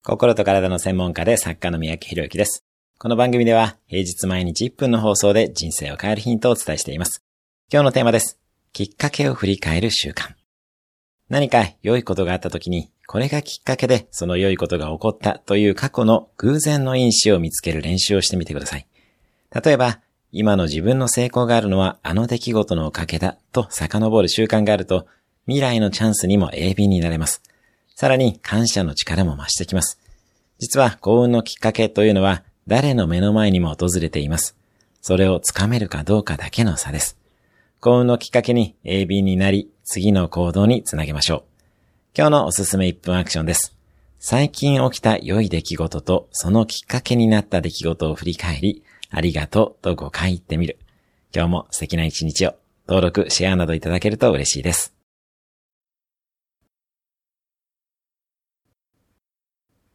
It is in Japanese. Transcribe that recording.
心と体の専門家で作家の三宅宏之です。この番組では平日毎日1分の放送で人生を変えるヒントをお伝えしています。今日のテーマです。きっかけを振り返る習慣。何か良いことがあった時に、これがきっかけでその良いことが起こったという過去の偶然の因子を見つける練習をしてみてください。例えば、今の自分の成功があるのはあの出来事のおかげだと遡る習慣があると、未来のチャンスにも鋭敏になれます。さらに感謝の力も増してきます。実は幸運のきっかけというのは誰の目の前にも訪れています。それをつかめるかどうかだけの差です。幸運のきっかけに鋭敏になり、次の行動につなげましょう。今日のおすすめ1分アクションです。最近起きた良い出来事とそのきっかけになった出来事を振り返り、ありがとうと5回言ってみる。今日も素敵な一日を。登録、シェアなどいただけると嬉しいです。